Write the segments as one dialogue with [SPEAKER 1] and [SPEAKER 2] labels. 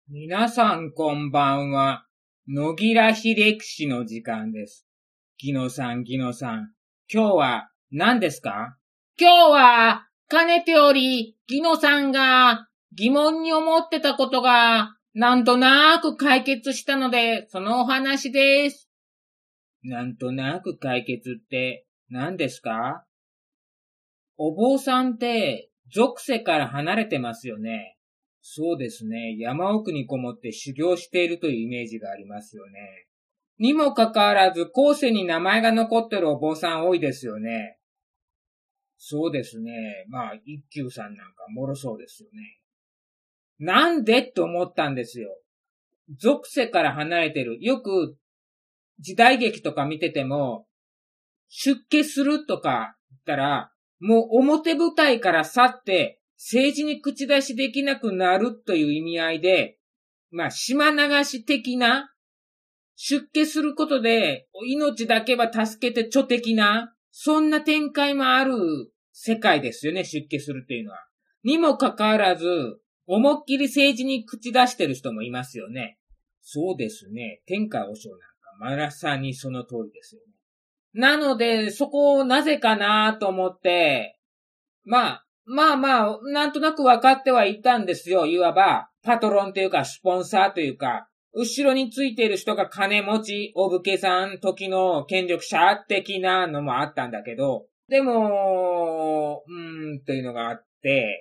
[SPEAKER 1] 皆さんこんばんは。野木らひ歴史の時間です。ギノさん。今日は何ですか？今日は、かねてより、ギノさんが疑問に思ってたことが、なんとなく解決したので、そのお話です。なんとなく解決って何ですか？お坊さんって、俗世から離れてますよね。そうですね。山奥にこもって修行しているというイメージがありますよね。にもかかわらず、後世に名前が残ってるお坊さん多いですよね。そうですね。一休さんなんかもろそうですよね。なんでと思ったんですよ。俗世から離れてる。よく時代劇とか見てても、出家するとか言ったら、もう表舞台から去って政治に口出しできなくなるという意味合いで、島流し的な、出家することで命だけは助けて著的な、そんな展開もある世界ですよね、出家するっていうのは。にもかかわらず、思いっきり政治に口出してる人もいますよね。そうですね。天下和尚なんかまさにその通りですよね。なので、そこをなぜかなと思って、なんとなく分かってはいたんですよ。いわば、パトロンというか、スポンサーというか、後ろについている人が金持ち、お武家さん、時の権力者的なのもあったんだけど、でも、というのがあって、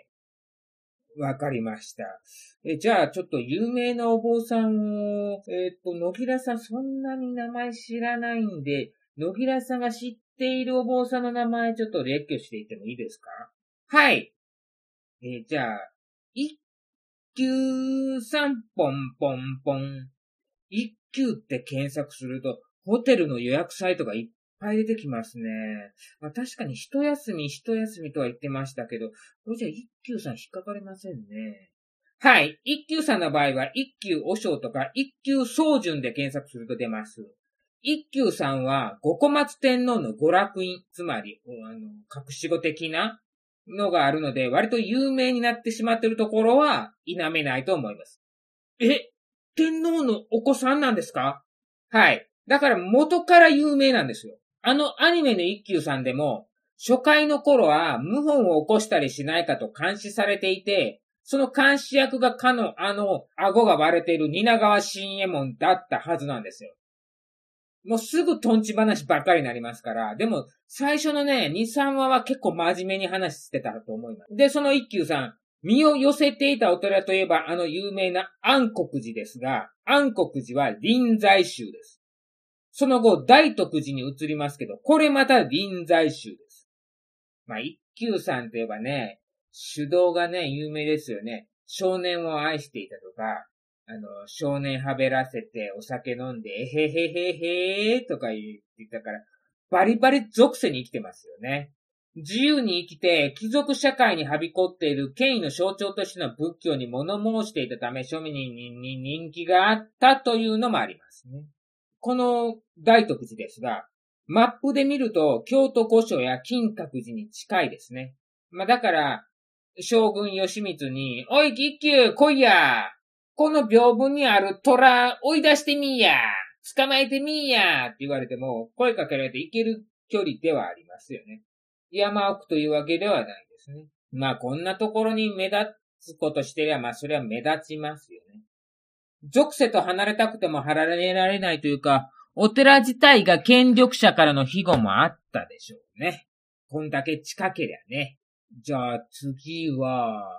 [SPEAKER 1] わかりました。じゃあ、ちょっと有名なお坊さんを、野平さんそんなに名前知らないんで、野平さんが知っているお坊さんの名前ちょっと列挙していってもいいですか？はい。じゃあ、一休さんぽんぽんぽん。一休って検索すると、ホテルの予約サイトがいっぱい出てきますね。確かに一休みとは言ってましたけど、これじゃ一休さん引っかかりませんね。はい。一休さんの場合は、一休和尚とか一休宗順で検索すると出ます。一休さんは、五小松天皇の娯楽院、つまり、隠し子的なのがあるので、割と有名になってしまっているところは否めないと思います。天皇のお子さんなんですか？はい。だから元から有名なんですよ。アニメの一休さんでも、初回の頃は謀反を起こしたりしないかと監視されていて、その監視役が顎が割れている蜷川信右衛門だったはずなんですよ。もうすぐトンチ話ばっかりになりますから、でも最初のね、2、3話は結構真面目に話してたと思います。で、その一休さん、身を寄せていたお寺といえば有名な安国寺ですが、安国寺は臨済宗です。その後、大徳寺に移りますけど、これまた臨済宗です。一休さんといえばね、主導がね、有名ですよね。少年を愛していたとか、少年はべらせてお酒飲んで、えへへへへーとか言ったから、バリバリ属性に生きてますよね。自由に生きて、貴族社会にはびこっている権威の象徴としての仏教に物申していたため、庶民に人気があったというのもありますね。この大徳寺ですが、マップで見ると、京都御所や金閣寺に近いですね。だから、将軍義満に、おい、一休、来いや。この屏風にある虎、追い出してみーや。捕まえてみーや。って言われても、声かけられていける距離ではありますよね。山奥というわけではないですね。こんなところに目立つことしてりゃ、それは目立ちますよね。俗世と離れたくても離れられないというか、お寺自体が権力者からの庇護もあったでしょうね。こんだけ近けりゃね。じゃあ次は、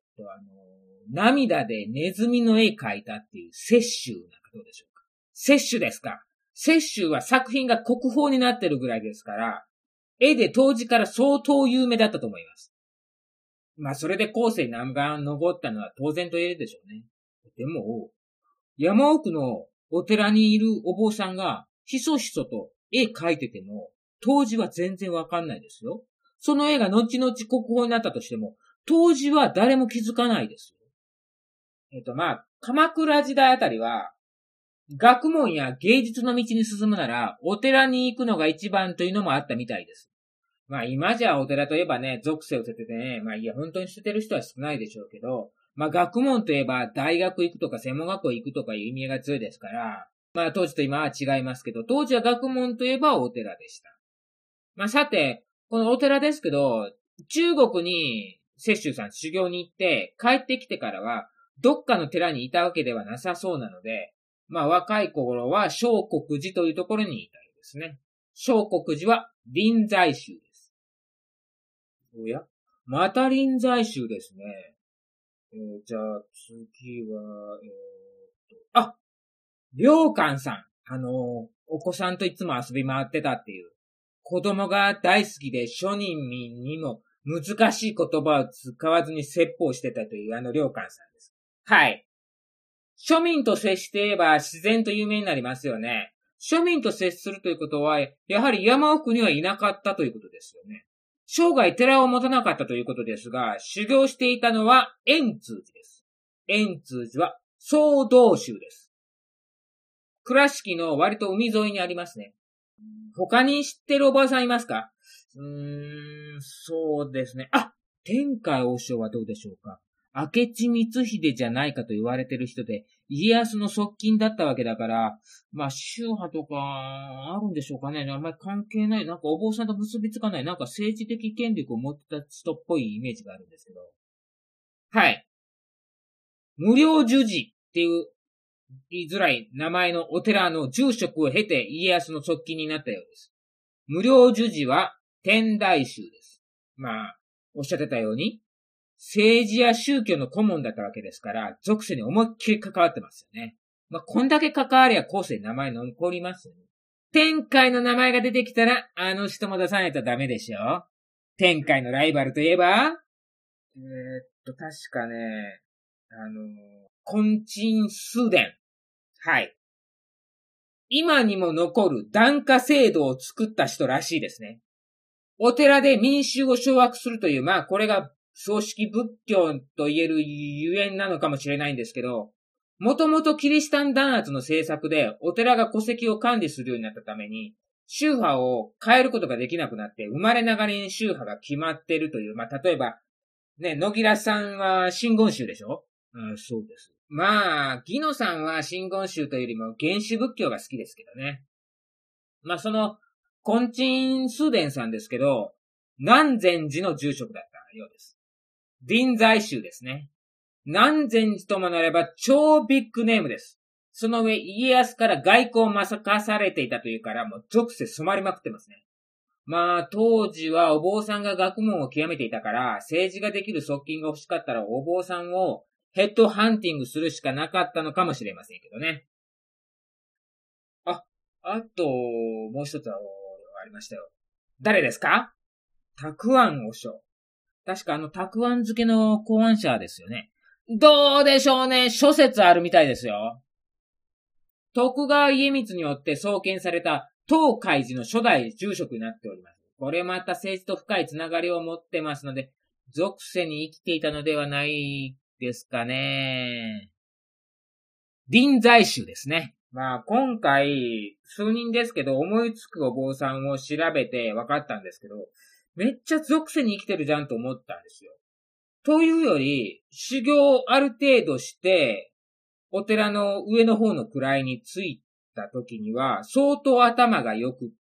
[SPEAKER 1] 涙でネズミの絵描いたっていう雪舟なんかどうでしょうか。雪舟ですか。雪舟は作品が国宝になってるぐらいですから、絵で当時から相当有名だったと思います。それで後世南岸残ったのは当然と言えるでしょうね。でも、山奥のお寺にいるお坊さんがひそひそと絵描いてても、当時は全然わかんないですよ。その絵が後々国宝になったとしても、当時は誰も気づかないですよ。鎌倉時代あたりは、学問や芸術の道に進むなら、お寺に行くのが一番というのもあったみたいです。今じゃお寺といえばね、俗世を捨ててね、本当に捨ててる人は少ないでしょうけど、 まあ学問といえば大学行くとか専門学校行くとかいう意味が強いですから、まあ当時と今は違いますけど、当時は学問といえばお寺でした。まあさて、このお寺ですけど、中国に雪舟さん修行に行って帰ってきてからは、どっかの寺にいたわけではなさそうなので、まあ若い頃は小国寺というところにいたようですね。小国寺は臨済宗です。おやまた臨済宗ですね。じゃあ次は、あ良寛さん。お子さんといつも遊び回ってたっていう。子供が大好きで庶民にも難しい言葉を使わずに説法してたという良寛さんです。はい。庶民と接していれば自然と有名になりますよね。庶民と接するということは、やはり山奥にはいなかったということですよね。生涯寺を持たなかったということですが、修行していたのは円通寺です。円通寺は総道宗です。倉敷の割と海沿いにありますね。他に知ってるおばあさんいますか？そうですね。天海和尚はどうでしょうか。明智光秀じゃないかと言われてる人で、家康の側近だったわけだから、まあ、宗派とか、あるんでしょうかね。あんまり関係ない。なんかお坊さんと結びつかない。なんか政治的権力を持ってた人っぽいイメージがあるんですけど。はい。無料授事っていう言いづらい名前のお寺の住職を経て家康の側近になったようです。無料授事は天台宗です。まあ、おっしゃってたように、政治や宗教の顧問だったわけですから、属性に思いっきり関わってますよね。まあ、こんだけ関わりゃ後世名前残りますよね。天海の名前が出てきたら、あの人も出さないとダメでしょ。天海のライバルといえば、確かね、金珍崇伝。はい。今にも残る檀家制度を作った人らしいですね。お寺で民衆を掌握するという、まあこれが葬式仏教と言えるゆえんなのかもしれないんですけど、もともとキリシタン弾圧の政策でお寺が戸籍を管理するようになったために、宗派を変えることができなくなって、生まれながらに宗派が決まっているという、まあ例えば、ね、野木良さんは真言宗でしょ？そうです。まあ、ギノさんは真言宗というよりも原始仏教が好きですけどね。まあその、金珍崇伝さんですけど、南禅寺の住職だったようです。臨済宗ですね。南禅寺ともなれば超ビッグネームです。その上、家康から外交を任されていたというから、もう属性染まりまくってますね。まあ、当時はお坊さんが学問を極めていたから、政治ができる側近が欲しかったらお坊さんをヘッドハンティングするしかなかったのかもしれませんけどね。あと、もう一つはありましたよ。誰ですか？たくあん和尚。確かたくあん漬けの考案者ですよね。どうでしょうね。諸説あるみたいですよ。徳川家光によって創建された東海寺の初代住職になっております。これまた政治と深いつながりを持ってますので、属世に生きていたのではないですかね。臨済宗ですね。まあ今回、数人ですけど、思いつくお坊さんを調べて分かったんですけど、めっちゃ属世に生きてるじゃんと思ったんですよ。というより、修行をある程度して、お寺の上の方の位についた時には、相当頭が良くって、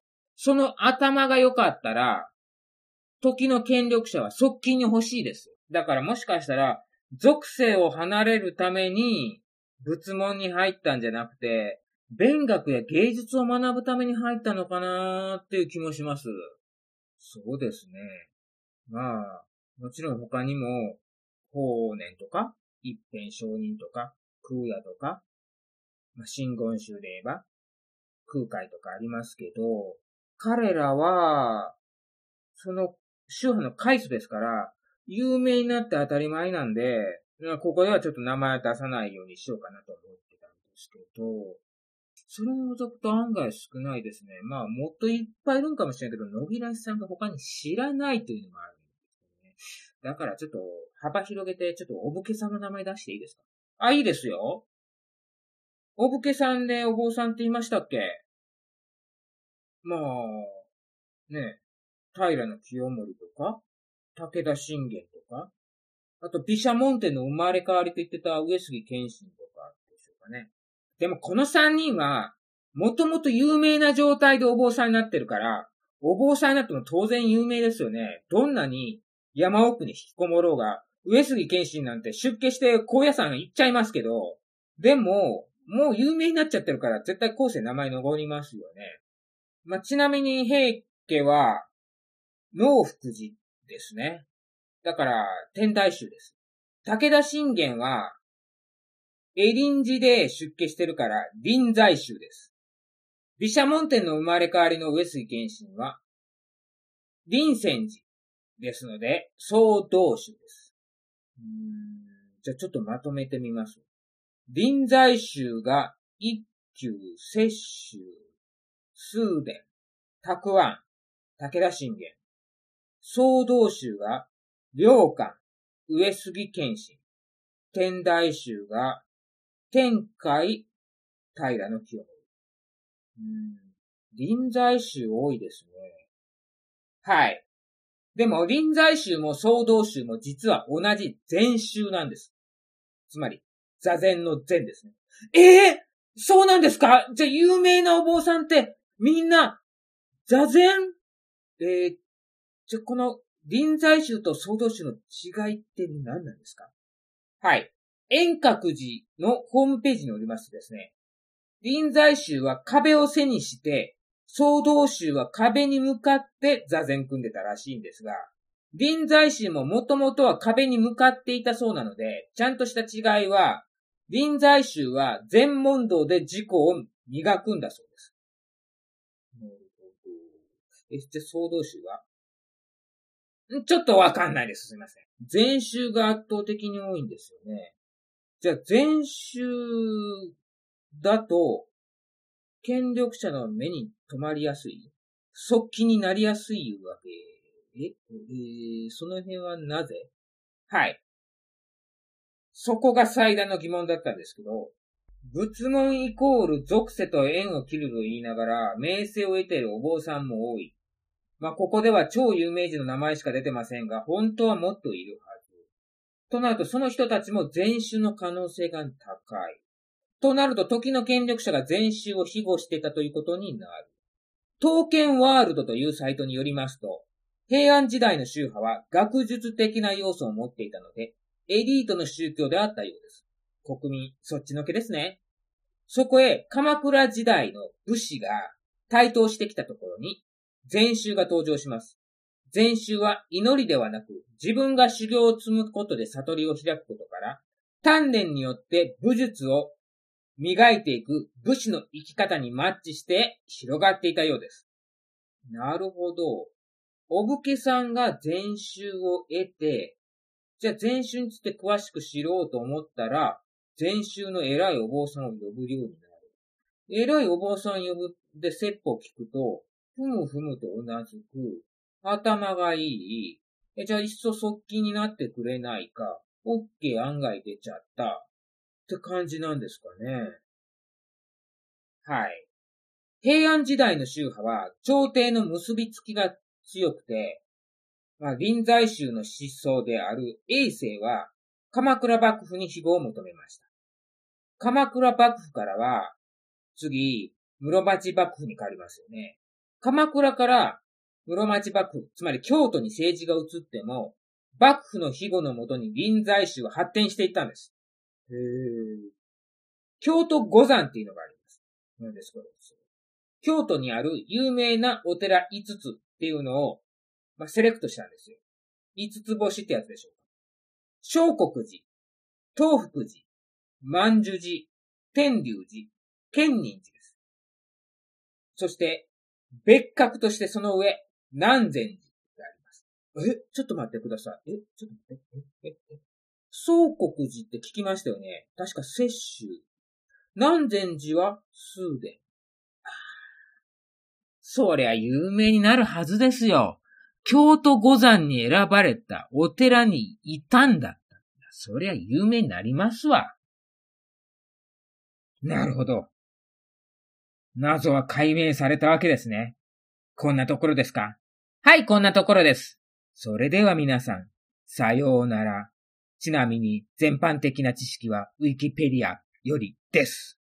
[SPEAKER 1] その頭が良かったら、時の権力者は側近に欲しいです。だからもしかしたら、属性を離れるために、仏門に入ったんじゃなくて、勉学や芸術を学ぶために入ったのかなーっていう気もします。そうですね。まあ、もちろん他にも、法然とか、一辺上人とか、空也とか、真言宗で言えば、空海とかありますけど、彼らは、その宗派の開祖ですから、有名になって当たり前なんで、ここではちょっと名前を出さないようにしようかなと思ってたんですけど、それを除くと案外少ないですね。まあ、もっといっぱいいるんかもしれないけど、野木らしさんが他に知らないというのもあるんですよね。だからちょっと幅広げて、ちょっとお武家さんの名前出していいですか？いいですよ。お武家さんでお坊さんって言いましたっけ？まあ、ね、平清盛とか、武田信玄とか、 あと、毘沙門天の生まれ変わりと言ってた上杉謙信とかでしょうかね。でもこの3人は、もともと有名な状態でお坊さんになってるから、お坊さんになっても当然有名ですよね。どんなに山奥に引きこもろうが、上杉謙信なんて出家して高野山行っちゃいますけど、でも、もう有名になっちゃってるから絶対後世名前残りますよね。ちなみに平家は、農福寺ですね。だから、天台宗です。武田信玄は、恵林寺で出家してるから、臨済宗です。毘沙門天の生まれ変わりの上杉謙信は、臨泉寺ですので、総道宗です。じゃあちょっとまとめてみます。臨済宗が一休、摂宗、崇伝、沢庵、武田信玄。総道宗が良寛、上杉謙信。天台宗が天海、平清盛。臨済宗多いですね。はい。でも臨済宗も総道宗も実は同じ禅宗なんです。つまり、座禅の禅ですね。そうなんですか？じゃあ有名なお坊さんってみんな座禅？じゃあこの臨済宗と総道宗の違いって何なんですか？はい。円覚寺のホームページによりますとですね、臨済宗は壁を背にして、総道宗は壁に向かって座禅組んでたらしいんですが、臨済宗ももともとは壁に向かっていたそうなので、ちゃんとした違いは、臨済宗は禅問答で自己を磨くんだそうです。なるほど。じゃあ総道宗はちょっとわかんないです。すみません。禅宗が圧倒的に多いんですよね。じゃあ禅宗だと、権力者の目に留まりやすい？側近になりやすいわけ。その辺はなぜ？はい。そこが最大の疑問だったんですけど、仏門イコール属世と縁を切ると言いながら、名声を得ているお坊さんも多い。ここでは超有名人の名前しか出てませんが、本当はもっといるはず。となると、その人たちも禅宗の可能性が高い。となると、時の権力者が禅宗を庇護していたということになる。刀剣ワールドというサイトによりますと、平安時代の宗派は学術的な要素を持っていたので、エリートの宗教であったようです。国民、そっちのけですね。そこへ鎌倉時代の武士が台頭してきたところに、禅宗が登場します。禅宗は祈りではなく、自分が修行を積むことで悟りを開くことから、鍛錬によって武術を磨いていく武士の生き方にマッチして広がっていたようです。なるほど。お武家さんが禅宗を得て、じゃあ禅宗について詳しく知ろうと思ったら、禅宗の偉いお坊さんを呼ぶようになる。偉いお坊さん呼ぶで説法を聞くと、ふむふむとうなずく。頭がいい。じゃあいっそ側近になってくれないか。オッケー案外出ちゃった。って感じなんですかね。はい。平安時代の宗派は、朝廷の結びつきが強くて、臨済宗の失踪である永世は、鎌倉幕府に庇護を求めました。鎌倉幕府からは、次、室町幕府に変わりますよね。鎌倉から室町幕府、つまり京都に政治が移っても、幕府の庇護のもとに臨済宗は発展していったんです。京都五山っていうのがあります。何ですか？京都にある有名なお寺5つっていうのを、セレクトしたんですよ。5つ星ってやつでしょうか。聖国寺、東福寺、万寿寺、天龍寺、建仁寺です。そして、別格としてその上、南禅寺があります。ちょっと待ってください。ちょっと待って。宗国寺って聞きましたよね。確か摂宗。南禅寺は崇伝。そりゃ有名になるはずですよ。京都五山に選ばれたお寺にいたんだった。そりゃ有名になりますわ。なるほど。謎は解明されたわけですね。こんなところですか？はい、こんなところです。それでは皆さん、さようなら。 ちなみに全般的な知識はウィキペディアよりです。